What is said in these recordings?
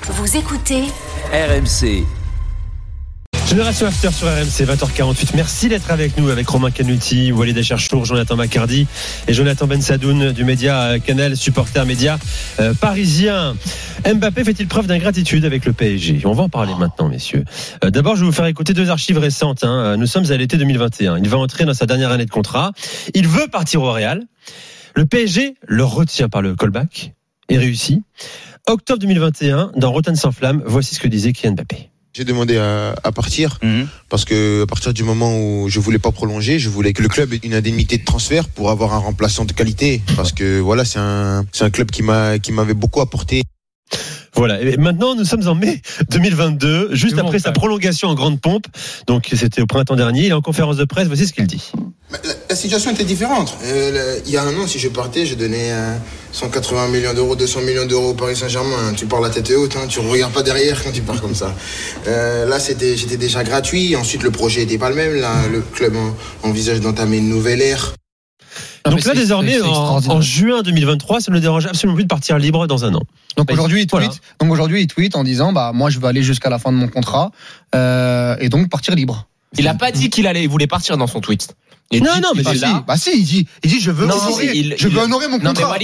Vous écoutez RMC. Génération After sur RMC, 20h48. Merci d'être avec nous, avec Romain Canuti, Walid Acharchour, Jonathan Macardy et Jonathan Bensadoun du média Canal, supporter média parisien. Mbappé fait-il preuve d'ingratitude avec le PSG? On va en parler maintenant, messieurs. D'abord, je vais vous faire écouter deux archives récentes. Nous sommes à l'été 2021. Il va entrer dans sa dernière année de contrat. Il veut partir au Real. Le PSG le retient par le callback et réussit. Octobre 2021, dans Rotten sans flamme, voici ce que disait Kylian Mbappé. J'ai demandé à partir parce que à partir du moment où je voulais pas prolonger, je voulais que le club ait une indemnité de transfert pour avoir un remplaçant de qualité, parce que voilà, c'est un club qui m'avait beaucoup apporté. Voilà, et maintenant nous sommes en mai 2022, juste après sa prolongation en grande pompe. Donc c'était au printemps dernier, il est en conférence de presse, voici ce qu'il dit. La situation était différente. Il y a un an, si je partais, je donnais 180 millions d'euros, 200 millions d'euros au Paris Saint-Germain. Tu pars la tête haute, tu ne regardes pas derrière quand tu pars comme ça. Là, j'étais déjà gratuit. Ensuite, le projet n'était pas le même. Là, le club envisage d'entamer une nouvelle ère. Donc là, désormais, en juin 2023, ça ne le dérange absolument plus de partir libre dans un an. Donc aujourd'hui, il tweet en disant moi, je veux aller jusqu'à la fin de mon contrat et donc partir libre. Il n'a pas dit qu'il voulait partir dans son tweet. Mais il dit je veux honorer mon contrat.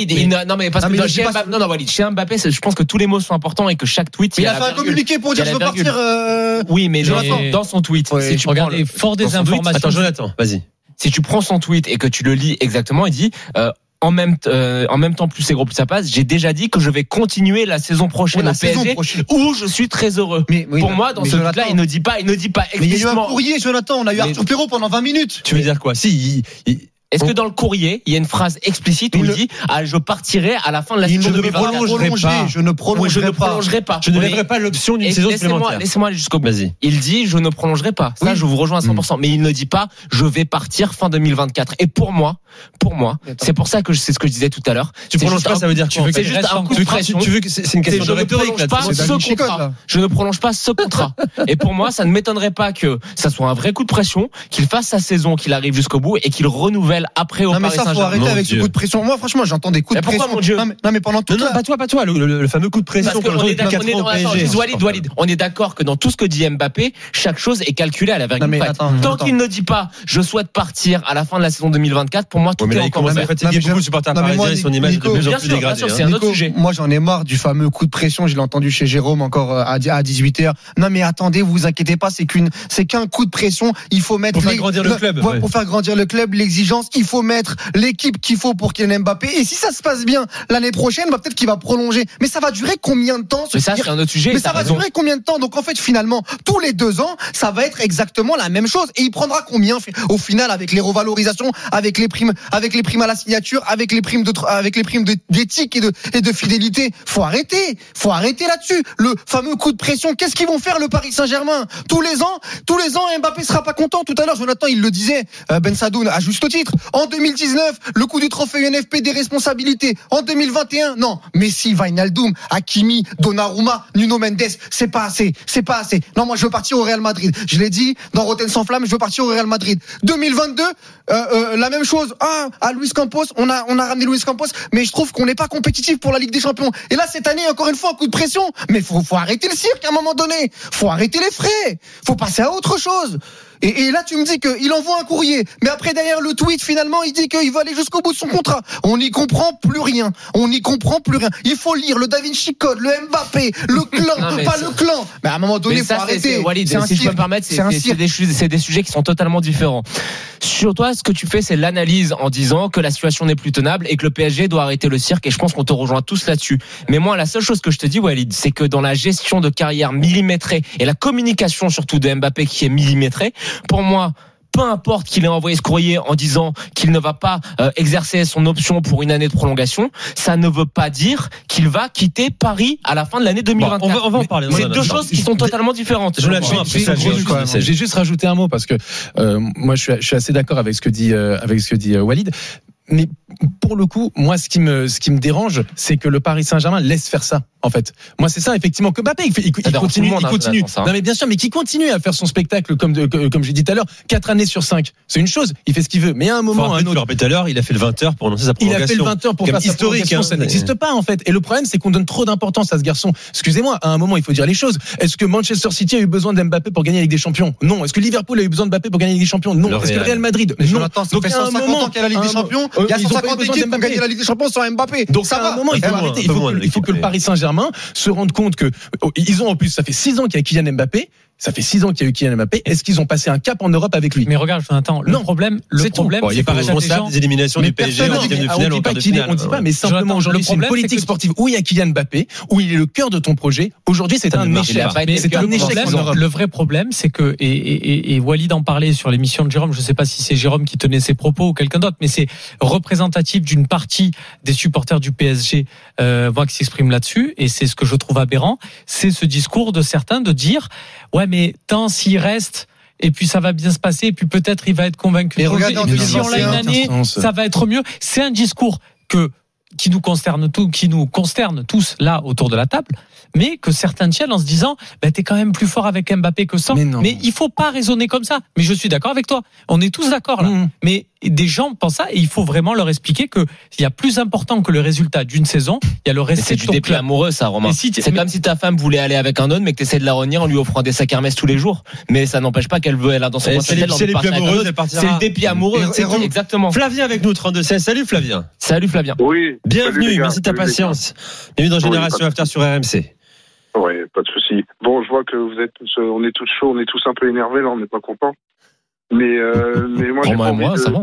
Walid, chez Mbappé, je pense que tous les mots sont importants et que chaque tweet. Il a fait un communiqué pour dire je veux partir. Oui, mais dans son tweet, si tu regardes les forts des informations. Attends, Jonathan, vas-y. Si tu prends son tweet et que tu le lis exactement, il dit en même temps, plus c'est gros, plus ça passe. J'ai déjà dit que je vais continuer la saison prochaine au PSG où je suis très heureux. Pour moi, dans ce tweet-là, il ne dit pas explicitement. Mais il y a eu un courrier, Jonathan. On a eu Arthur Perrault pendant 20 minutes. Tu veux dire quoi? Est-ce que dans le courrier, il y a une phrase explicite où il dit je partirai à la fin de la saison 2024. Je ne prolongerai pas. Je ne lèverai pas l'option d'une saison supplémentaire. Laissez-moi aller jusqu'au bout. Vas-y. Il dit je ne prolongerai pas. Ça, je vous rejoins à 100%. Mais il ne dit pas je vais partir fin 2024. Et pour moi, c'est pour ça que c'est ce que je disais tout à l'heure. Tu prolonges pas, ça veut dire c'est juste un coup de pression. Tu veux que c'est une question de rhétorique. Je ne prolonge pas ce contrat. Et pour moi, ça ne m'étonnerait pas que ça soit un vrai coup de pression, qu'il fasse sa saison, qu'il arrive jusqu'au bout et qu'il renouvelle après au Paris Saint-Germain. Faut arrêter avec ce coup de pression. Moi, franchement, j'entends des coups de pression. Mon Dieu. Non, mais pendant tout ça. Pas toi. Le fameux coup de pression. On est d'accord que dans tout ce que dit Mbappé, chaque chose est calculée à la virgule près. Tant qu'il ne dit pas je souhaite partir à la fin de la saison 2024, pour moi, tout est encore ouvert. Beaucoup de supporters parisiens, son image est de plus en plus dégradée. C'est un autre sujet. Moi, j'en ai marre du fameux coup de pression. Je l'ai entendu chez Jérôme encore à 18h. Non, mais attendez, vous inquiétez pas, c'est qu'un coup de pression. Il faut mettre pour faire grandir le club. Pour faire grandir le club, l'exigence, il faut mettre l'équipe qu'il faut pour Kylian Mbappé. Et si ça se passe bien l'année prochaine, peut-être qu'il va prolonger. Mais ça va durer combien de temps? Mais ça, c'est un autre sujet. Mais ça va durer combien de temps? Donc en fait, finalement, tous les 2 ans, ça va être exactement la même chose. Et il prendra combien au final avec les revalorisations, avec les primes à la signature, avec les primes d'éthique et de fidélité. Faut arrêter là-dessus. Le fameux coup de pression. Qu'est-ce qu'ils vont faire le Paris Saint-Germain? Tous les ans, Mbappé sera pas content. Tout à l'heure, Jonathan, il le disait, Bensadoun, à juste titre. En 2019, le coup du trophée UNFP des responsabilités. En 2021, non. Messi, Wijnaldum, Hakimi, Donnarumma, Nuno Mendes, c'est pas assez. Non, moi, je veux partir au Real Madrid. Je l'ai dit, dans Rotten sans flamme, je veux partir au Real Madrid. 2022, la même chose. À Luis Campos, on a ramené Luis Campos, mais je trouve qu'on n'est pas compétitif pour la Ligue des Champions. Et là, cette année, encore une fois, un coup de pression. Mais faut arrêter le cirque à un moment donné. Faut arrêter les frais. Faut passer à autre chose. Et là, tu me dis qu'il envoie un courrier. Mais après, derrière le tweet, finalement, il dit qu'il veut aller jusqu'au bout de son contrat. On n'y comprend plus rien. Il faut lire le Da Vinci Code, le Mbappé, le clan, le clan. Mais à un moment donné, il faut arrêter. Walid, si je peux me permettre, c'est des sujets qui sont totalement différents. Sur toi, ce que tu fais, c'est l'analyse en disant que la situation n'est plus tenable et que le PSG doit arrêter le cirque. Et je pense qu'on te rejoint tous là-dessus. Mais moi, la seule chose que je te dis, Walid, c'est que dans la gestion de carrière millimétrée et la communication surtout de Mbappé qui est millimétrée, pour moi, peu importe qu'il ait envoyé ce courrier en disant qu'il ne va pas exercer son option pour une année de prolongation, ça ne veut pas dire qu'il va quitter Paris à la fin de l'année 2024. On va en parler. C'est deux choses qui sont totalement différentes. J'ai juste rajouté un mot parce que moi je suis assez d'accord avec ce que dit Walid. Mais pour le coup, moi, ce qui me dérange, c'est que le Paris Saint-Germain laisse faire ça. En fait, moi, c'est ça effectivement que Mbappé, il continue. Non, mais bien sûr, mais qui continue à faire son spectacle comme j'ai dit tout à l'heure, 4 années sur 5. C'est une chose, il fait ce qu'il veut. Mais à un moment, un autre. Tout à l'heure, il a fait le 20h pour annoncer sa prolongation. Il a fait le 20h pour faire sa prolongation. Ça n'existe pas en fait. Et le problème, c'est qu'on donne trop d'importance à ce garçon. Excusez-moi, à un moment, il faut dire les choses. Est-ce que Manchester City a eu besoin d'Mbappé pour gagner la Ligue des Champions? Non. Est-ce que Liverpool a eu besoin d'Mbappé pour gagner la Ligue des Champions? Non. Est-ce que le Real Madrid? Non. Donc il y a 150 ans qu'il y a la Ligue des Champions. Il y a 150 équipes qui ont gagné la Ligue des Champions sans Mbappé. Donc ça va. À un moment, il faut arrêter. Il faut que le Paris Saint-Germain se rende compte que ils ont en plus, ça fait 6 ans qu'il y a Kylian Mbappé. Ça fait 6 ans qu'il y a eu Kylian Mbappé. Est-ce qu'ils ont passé un cap en Europe avec lui? Mais regarde, Jonathan, le problème, il n'est pas responsable des éliminations du PSG en demi de finale, en quart de finale. On dit pas, mais simplement aujourd'hui, c'est une politique sportive où il y a Kylian Mbappé, où il est le cœur de ton projet. Aujourd'hui, c'est un échec. C'est un échec en Europe. Le vrai problème, c'est que, et Walid en parlait sur l'émission de Jérôme, je ne sais pas si c'est Jérôme qui tenait ses propos ou quelqu'un d'autre, mais c'est représentatif d'une partie des supporters du PSG, moi, qui s'exprime là-dessus, et c'est ce que je trouve aberrant, c'est ce discours de certains de dire, ouais, mais tant s'il reste, et puis ça va bien se passer, et puis peut-être il va être convaincu. Et puis si on l'a une année, ça va être mieux. C'est un discours qui nous concerne tous là autour de la table, mais que certains tiennent en se disant t'es quand même plus fort avec Mbappé que sans. Mais il faut pas raisonner comme ça. Mais je suis d'accord avec toi. On est tous d'accord là. Mais des gens pensent ça et il faut vraiment leur expliquer que il y a plus important que le résultat d'une saison, il y a le respect de ton club. C'est du dépit amoureux ça, Romain. C'est comme si ta femme voulait aller avec un autre mais que tu essaies de la renier en lui offrant des sacs Hermès tous les jours. Mais ça n'empêche pas qu'elle veut elle a dans son coin. C'est le dépit amoureux. Exactement. Flavien avec nous 32-16. Salut Flavien. Salut Flavien. Oui. Bienvenue, merci de ta patience. Bienvenue dans Génération After sur RMC. Oui, pas de souci. Bon, je vois que on est tous chauds, on est tous un peu énervés là, on n'est pas contents. Mais moi, j'ai pas envie de... ça va.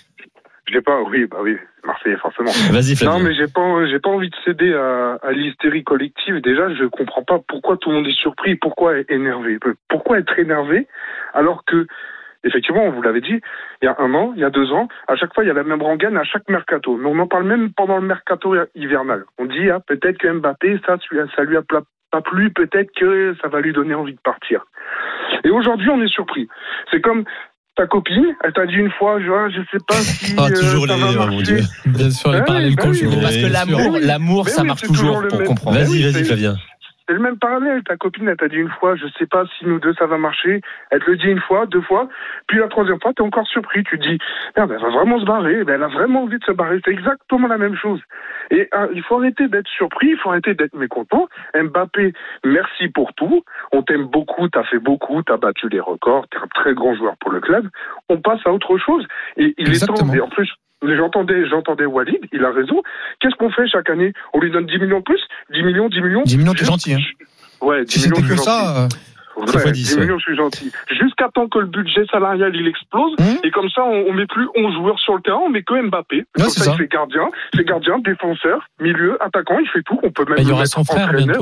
J'ai pas, oui, Marseille, forcément. Vas-y, Flavien. Non, mais j'ai pas envie de céder à l'hystérie collective. Déjà, je comprends pas pourquoi tout le monde est surpris, pourquoi être énervé. Pourquoi être énervé alors que, effectivement, on vous l'avait dit, il y a 1 an, il y a 2 ans, à chaque fois, il y a la même rengaine à chaque mercato. Mais on en parle même pendant le mercato hivernal. On dit, peut-être que Mbappé, ça lui a pas plu, peut-être que ça va lui donner envie de partir. Et aujourd'hui, on est surpris. C'est comme ta copine, elle t'a dit une fois, je sais pas si toujours ça va marcher. Mon Dieu. Bien sûr, les parallèles conjugués. Parce que l'amour, ça marche toujours pour comprendre. Vas-y, Flavien. C'est le même parallèle. Ta copine, elle t'a dit une fois, je sais pas si nous deux ça va marcher. Elle te le dit 1 fois, 2 fois. Puis la 3e fois, t'es encore surpris. Tu te dis, merde, elle va vraiment se barrer. Elle a vraiment envie de se barrer. C'est exactement la même chose. Et il faut arrêter d'être surpris. Il faut arrêter d'être mécontent. Mbappé, merci pour tout. On t'aime beaucoup. T'as fait beaucoup. T'as battu les records. T'es un très grand joueur pour le club. On passe à autre chose. Et il est temps. Et en plus, j'entendais Walid, il a raison. Qu'est-ce qu'on fait chaque année? On lui donne 10 millions de plus? 10 millions? 10 millions, t'es gentil, hein. Ouais, 10 si millions, c'était que ça... Ouais, 10 millions, je suis gentil. Jusqu'à temps que le budget salarial il explose, et comme ça, on met plus 11 joueurs sur le terrain, on met que Mbappé. Comme ça, il fait gardien, défenseur, milieu, attaquant, il fait tout. On peut même il y aura son frère bientôt.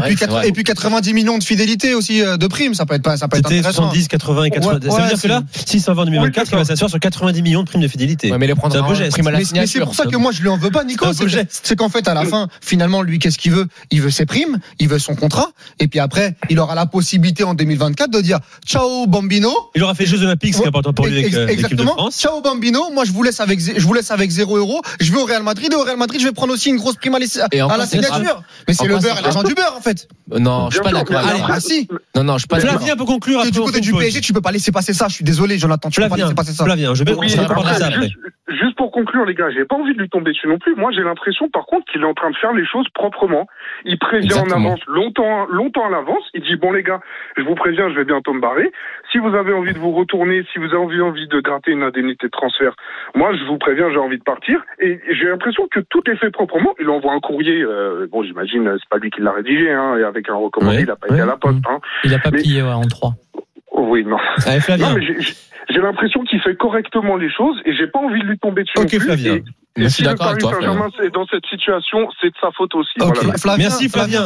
Et puis 90 millions de fidélité aussi de primes, ça peut être intéressant. 70, 80 et 90. Ça veut dire que là, s'il s'en va en 2024, il va s'asseoir sur 90 millions de primes de fidélité. Ouais, mais les prendre un beau geste. Mais c'est pour ça que moi je lui en veux pas, Nico. C'est qu'en fait, à la fin, finalement, lui, qu'est-ce qu'il veut? Il veut ses primes, il veut son contrat, et puis après, il aura la possibilité en 2024 de dire ciao Bambino. Il aura fait les Jeux Olympiques, ce qui est important pour lui avec l'équipe de France. Ciao Bambino, moi je vous laisse avec 0 euros. Je vais au Real Madrid et au Real Madrid je vais prendre aussi une grosse prime à la signature. Mais c'est le beurre et l'argent du beurre en fait. Non, je suis pas d'accord. Allez, si. Non, je suis pas d'accord. Flavien peut conclure. Du côté du PSG, tu peux pas laisser passer ça. Je suis désolé, Jonathan. Tu peux pas laisser passer ça. Flavien, je vais reprendre ça après. Juste pour conclure, les gars, j'ai pas envie de lui tomber dessus non plus. Moi, j'ai l'impression, par contre, qu'il est en train de faire les choses proprement. Il prévient en avance, longtemps à l'avance. Il dit, bon, les gars, je vous préviens, je vais bientôt me barrer. Si vous avez envie de vous retourner, si vous avez envie de gratter une indemnité de transfert, moi, je vous préviens, j'ai envie de partir. Et j'ai l'impression que tout est fait proprement. Il envoie un courrier, bon, j'imagine, c'est pas lui qui l'a rédigé, hein, et avec un recommandé, il a pas été à la poste, hein. Il a pas plié, en 3. Oui, non. Allez, Flavien. Non, mais j'ai l'impression qu'il fait correctement les choses et j'ai pas envie de lui tomber dessus. Ok, Flavien. Et si le Paris Saint-Germain est dans cette situation, c'est de sa faute aussi. Okay. Voilà. Merci Flavien.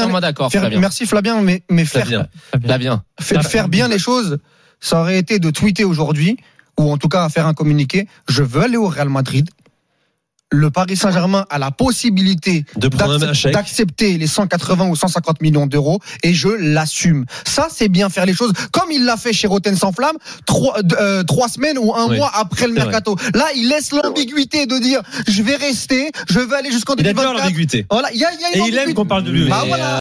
Merci Flavien, mais faire bien les choses, ça aurait été de tweeter aujourd'hui, ou en tout cas faire un communiqué. Je veux aller au Real Madrid. le Paris Saint-Germain a la possibilité d'accepter les 180 ou 150 millions d'euros et je l'assume. Ça, c'est bien faire les choses comme il l'a fait chez Rotten sans flamme 3 semaines ou un mois après le mercato. Là, il laisse l'ambiguïté de dire je vais rester, je vais aller jusqu'en 2024. Il a l'ambiguïté. Voilà, il y a une ambiguïté. Il aime qu'on parle de lui. Bah, voilà.